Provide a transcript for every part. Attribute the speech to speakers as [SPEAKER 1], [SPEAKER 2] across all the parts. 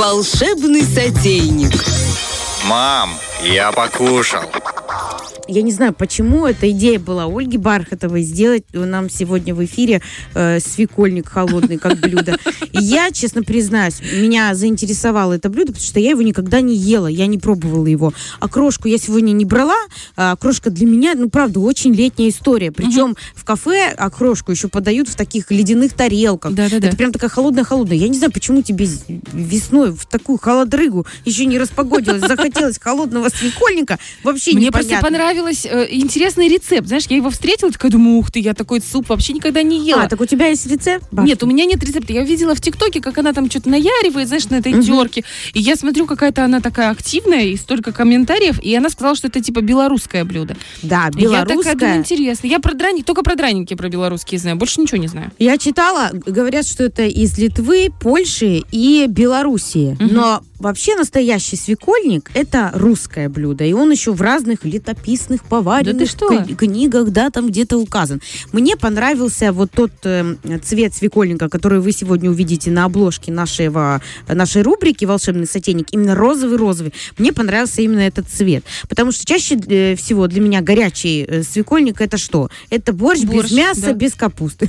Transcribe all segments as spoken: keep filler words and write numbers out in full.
[SPEAKER 1] Волшебный сотейник.
[SPEAKER 2] Мам, я покушал.
[SPEAKER 3] Я не знаю, почему эта идея была Ольги Бархатовой сделать нам сегодня в эфире э, свекольник холодный как блюдо. И я, честно признаюсь, меня заинтересовало это блюдо, потому что я его никогда не ела, я не пробовала его. Окрошку я сегодня не брала, а окрошка для меня, ну, правда, очень летняя история. Причем угу. в кафе окрошку еще подают в таких ледяных тарелках.
[SPEAKER 4] Да-да-да.
[SPEAKER 3] Это прям такая холодная-холодная. Я не знаю, почему тебе весной в такую холодрыгу еще не распогодилось, захотелось холодного свекольника. Вообще
[SPEAKER 4] Мне
[SPEAKER 3] непонятно.
[SPEAKER 4] просто понравилось э, интересный рецепт. Знаешь, я его встретила, такая думаю, ух ты, я такой суп вообще никогда не ела.
[SPEAKER 3] А, так у тебя есть рецепт? Башня?
[SPEAKER 4] Нет, у меня нет рецепта. Я видела в ТикТоке, как она там что-то наяривает, знаешь, на этой
[SPEAKER 3] Угу.
[SPEAKER 4] терке. И я смотрю, какая-то она такая активная, и столько комментариев. И она сказала, что это типа белорусское блюдо.
[SPEAKER 3] Да,
[SPEAKER 4] И я такая
[SPEAKER 3] белорусская.
[SPEAKER 4] думаю, интересно. Я про драники, только про драники про белорусские знаю. Больше ничего не знаю.
[SPEAKER 3] Я читала, говорят, что это из Литвы, Польши и Белоруссии.
[SPEAKER 4] Угу.
[SPEAKER 3] Но вообще настоящий свекольник – это русское блюдо. И он еще в разных летописных, поваренных
[SPEAKER 4] Да ты что?
[SPEAKER 3] к- книгах, да, там где-то указан. Мне понравился вот тот э, цвет свекольника, который вы сегодня увидите на обложке нашего, нашей рубрики «Волшебный сотейник». Именно розовый-розовый. Мне понравился именно этот цвет. Потому что чаще э, всего для меня горячий э, свекольник – это что? Это борщ,
[SPEAKER 4] Борщ,
[SPEAKER 3] без мяса,
[SPEAKER 4] да.
[SPEAKER 3] без капусты.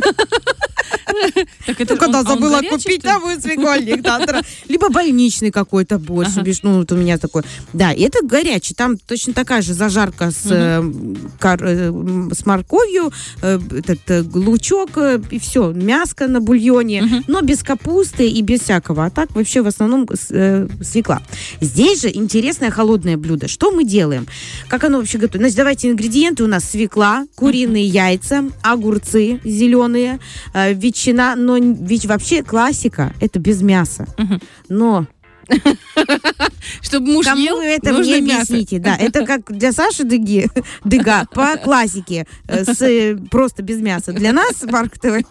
[SPEAKER 4] Так это
[SPEAKER 3] Ну, когда
[SPEAKER 4] он- а он
[SPEAKER 3] забыла
[SPEAKER 4] горячий,
[SPEAKER 3] купить
[SPEAKER 4] что ли?
[SPEAKER 3] новый свекольник. да, да. Либо больничный какой-то борщ.
[SPEAKER 4] Ага.
[SPEAKER 3] видишь, Ну, вот у меня такой. Да, и это горячий. Там точно такая же зажарка с, э, кар- э, с морковью, э, этот э, лучок, э, и все. Мяско на бульоне,
[SPEAKER 4] Мгм.
[SPEAKER 3] но без капусты и без всякого. А так вообще в основном с- э, свекла. Здесь же интересное холодное блюдо. Что мы делаем? Как оно вообще готовится? Значит, давайте ингредиенты. У нас свекла, куриные яйца, огурцы зеленые, э, ветчина. Но ведь вообще классика – это без мяса.
[SPEAKER 4] Мгм.
[SPEAKER 3] Но
[SPEAKER 4] Чтобы муж
[SPEAKER 3] кому
[SPEAKER 4] ел,
[SPEAKER 3] вы это
[SPEAKER 4] нужно
[SPEAKER 3] мне
[SPEAKER 4] мясо.
[SPEAKER 3] объясните? Да, это как для Саши Дыги, Дыга по классике, э, с, э, просто без мяса. Для нас, Бархатовой,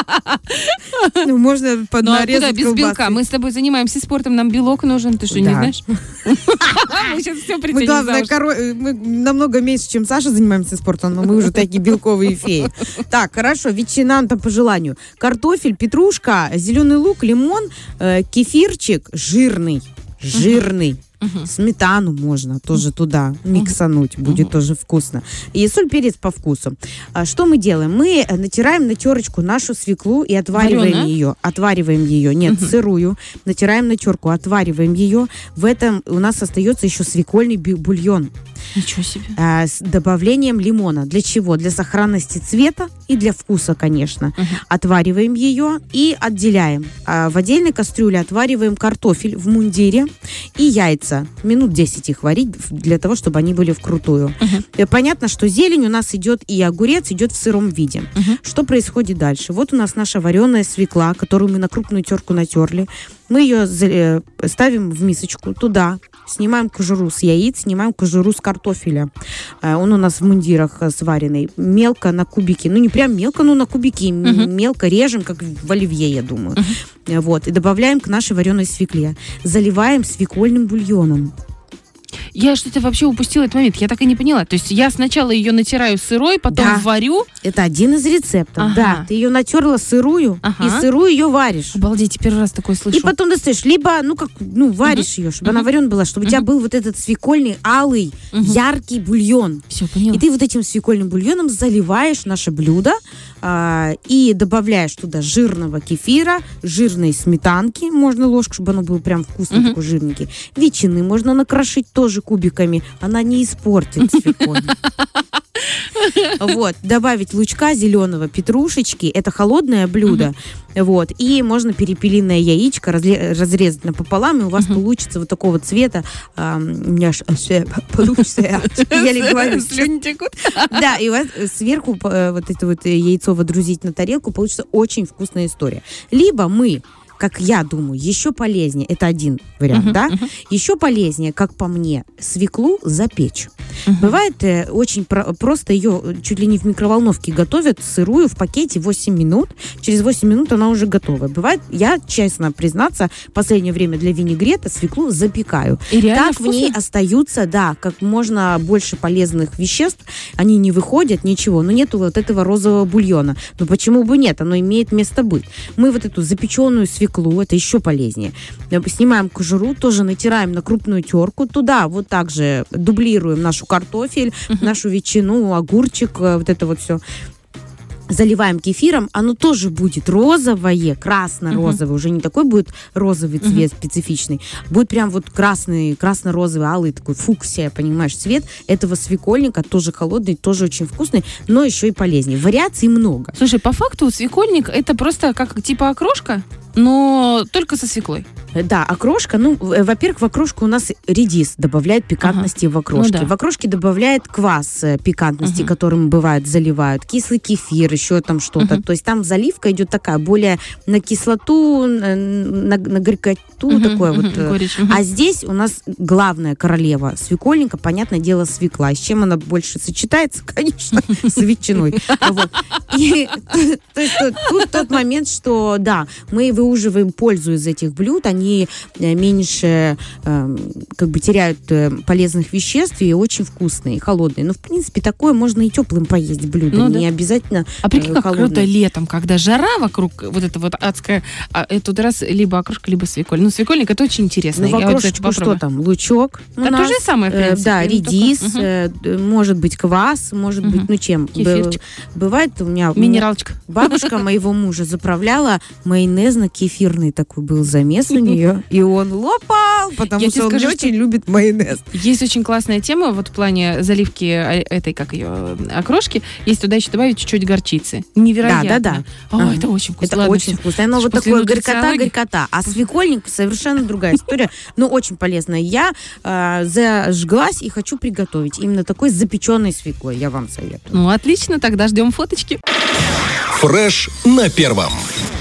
[SPEAKER 3] ну, можно под
[SPEAKER 4] Ну а
[SPEAKER 3] нарезать
[SPEAKER 4] куда без
[SPEAKER 3] колбасы.
[SPEAKER 4] белка? Мы с тобой занимаемся спортом, нам белок нужен. Ты что, не
[SPEAKER 3] Да.
[SPEAKER 4] знаешь? Мы сейчас все
[SPEAKER 3] Мы,
[SPEAKER 4] притянем
[SPEAKER 3] главное,
[SPEAKER 4] за уши.
[SPEAKER 3] коро- э, мы намного меньше, чем Саша, занимаемся спортом, но мы уже такие белковые феи. Так, хорошо, ветчина там по желанию. Картофель, петрушка, зеленый лук, лимон, э, кефирчик жирный. Жирный.
[SPEAKER 4] Мгм.
[SPEAKER 3] Сметану можно тоже туда миксануть, будет тоже вкусно. И соль, перец по вкусу. А что мы делаем? Мы э, натираем на терочку нашу свеклу и отвариваем
[SPEAKER 4] Вареную?
[SPEAKER 3] ее. Отвариваем ее. Нет, сырую. Натираем на терку, отвариваем ее. В этом у нас остается еще свекольный бю- бульон
[SPEAKER 4] Ничего себе.
[SPEAKER 3] а, с добавлением лимона. Для чего? Для сохранности цвета и для вкуса, конечно. Отвариваем ее и отделяем. А в отдельной кастрюле отвариваем картофель в мундире и яйца. Минут десять их варить для того, чтобы они были вкрутую. И понятно, что зелень у нас идет и огурец идет в сыром виде. Что происходит дальше? Вот у нас наша вареная свекла, которую мы на крупную терку натерли. Мы ее за- э, ставим в мисочку, туда снимаем кожуру с яиц, снимаем кожуру с картофеля. Э, Он у нас в мундирах э, сваренный. Мелко на кубики. Ну, не прям мелко, но на кубики. М-
[SPEAKER 4] Мгм.
[SPEAKER 3] Мелко режем, как в оливье, я думаю. Э, Вот. И добавляем к нашей вареной свекле. Заливаем свекольным бульоном.
[SPEAKER 4] Я что-то вообще упустила этот момент. Я так и не поняла. То есть я сначала ее натираю сырой, потом
[SPEAKER 3] Да.
[SPEAKER 4] варю.
[SPEAKER 3] Это один из рецептов.
[SPEAKER 4] Ага.
[SPEAKER 3] Да, ты ее натерла сырую,
[SPEAKER 4] Ага.
[SPEAKER 3] и сырую ее варишь.
[SPEAKER 4] Обалдеть, первый раз такое слышу.
[SPEAKER 3] И потом достаешь, либо, ну, как, ну, варишь ее, чтобы она вареная была, чтобы у тебя был вот этот свекольный, алый, яркий бульон.
[SPEAKER 4] Все, поняла.
[SPEAKER 3] И ты вот этим свекольным бульоном заливаешь наше блюдо а, и добавляешь туда жирного кефира, жирной сметанки, можно ложку, чтобы оно было прям вкусный, такой жирненький. Ветчины можно накрошить тоже кубиками, она не испортит свекольник. Вот, добавить лучка зеленого, петрушечки, это холодное блюдо, вот, и можно перепелиное яичко разле- разрезать напополам, и у вас получится вот такого цвета, а, у меня аж э, получится, я еле говорю.
[SPEAKER 4] Слюни текут.
[SPEAKER 3] Да, и у вас сверху э, вот это вот яйцо водрузить на тарелку, получится очень вкусная история. Либо мы, как я думаю, еще полезнее, это один вариант, да? Еще полезнее, как по мне, свеклу запечь. Угу. Бывает э, очень про- просто ее чуть ли не в микроволновке готовят сырую в пакете восемь минут. Через восемь минут она уже готова. Бывает, я, честно признаться, в последнее время для винегрета свеклу запекаю.
[SPEAKER 4] И реально
[SPEAKER 3] так
[SPEAKER 4] вкусно?
[SPEAKER 3] В ней остаются, да, как можно больше полезных веществ. Они не выходят, ничего. Но нету вот этого розового бульона. Но почему бы нет? Оно имеет место быть. Мы вот эту запеченную свеклу, это еще полезнее, снимаем кожуру, тоже натираем на крупную терку. Туда вот так же дублируем нашу картофель, uh-huh. нашу ветчину, огурчик, вот это вот все. Заливаем кефиром, оно тоже будет розовое, красно-розовое, uh-huh. уже не такой будет розовый цвет uh-huh. специфичный, будет прям вот красный, красно-розовый, алый такой фуксия, понимаешь, цвет этого свекольника, тоже холодный, тоже очень вкусный, но еще и полезнее. Вариаций много.
[SPEAKER 4] Слушай, по факту свекольник это просто как типа окрошка, но только со свеклой.
[SPEAKER 3] Да, окрошка, ну, во-первых, в окрошку у нас редис добавляет пикантности ага. в окрошке. Ну, да. В окрошке добавляет квас пикантности, ага. которым бывает заливают, кислый кефир, еще там что-то. Ага. То есть там заливка идет такая, более на кислоту, на, на, на горькоту, ага. такое ага. вот. Горечь. Ага. А здесь у нас главная королева свекольника, понятное дело, свекла. С чем она больше сочетается, конечно, с ветчиной. То есть тут тот момент, что, да, мы выуживаем пользу из этих блюд, они меньше э, как бы теряют э, полезных веществ и очень вкусные, и холодные. Но, в принципе, такое можно и теплым поесть блюдо, ну, не да. обязательно
[SPEAKER 4] А прикинь,
[SPEAKER 3] э,
[SPEAKER 4] как круто летом, когда жара вокруг, вот это вот адская, а это раз либо окрошка, либо свеколь. Ну, свекольник, это очень интересно.
[SPEAKER 3] Ну, в окрошечку вот что там? Лучок у
[SPEAKER 4] да,
[SPEAKER 3] нас.
[SPEAKER 4] То же самое, в принципе.
[SPEAKER 3] Э, да, редис,
[SPEAKER 4] угу.
[SPEAKER 3] э, может быть, квас, может угу. быть, ну, чем?
[SPEAKER 4] Кефирчик.
[SPEAKER 3] Бывает у меня...
[SPEAKER 4] Минералочка.
[SPEAKER 3] Бабушка моего мужа заправляла майонезно-кефирный такой был замес у нее, и он лопал, потому Я что он скажу, очень любит майонез.
[SPEAKER 4] Есть очень классная тема вот в плане заливки этой, как ее, окрошки. Есть туда еще добавить чуть-чуть горчицы. Невероятно.
[SPEAKER 3] Да, да, да.
[SPEAKER 4] О,
[SPEAKER 3] ага.
[SPEAKER 4] это очень вкусно.
[SPEAKER 3] Это
[SPEAKER 4] Ладно,
[SPEAKER 3] очень
[SPEAKER 4] все.
[SPEAKER 3] вкусно. Оно вот такое горькота-горькота. А свекольник совершенно другая история, но очень полезная. Я э, зажглась и хочу приготовить именно такой с запеченной свеклой. Я вам советую.
[SPEAKER 4] Ну, отлично, тогда ждем фоточки.
[SPEAKER 5] Фреш на первом.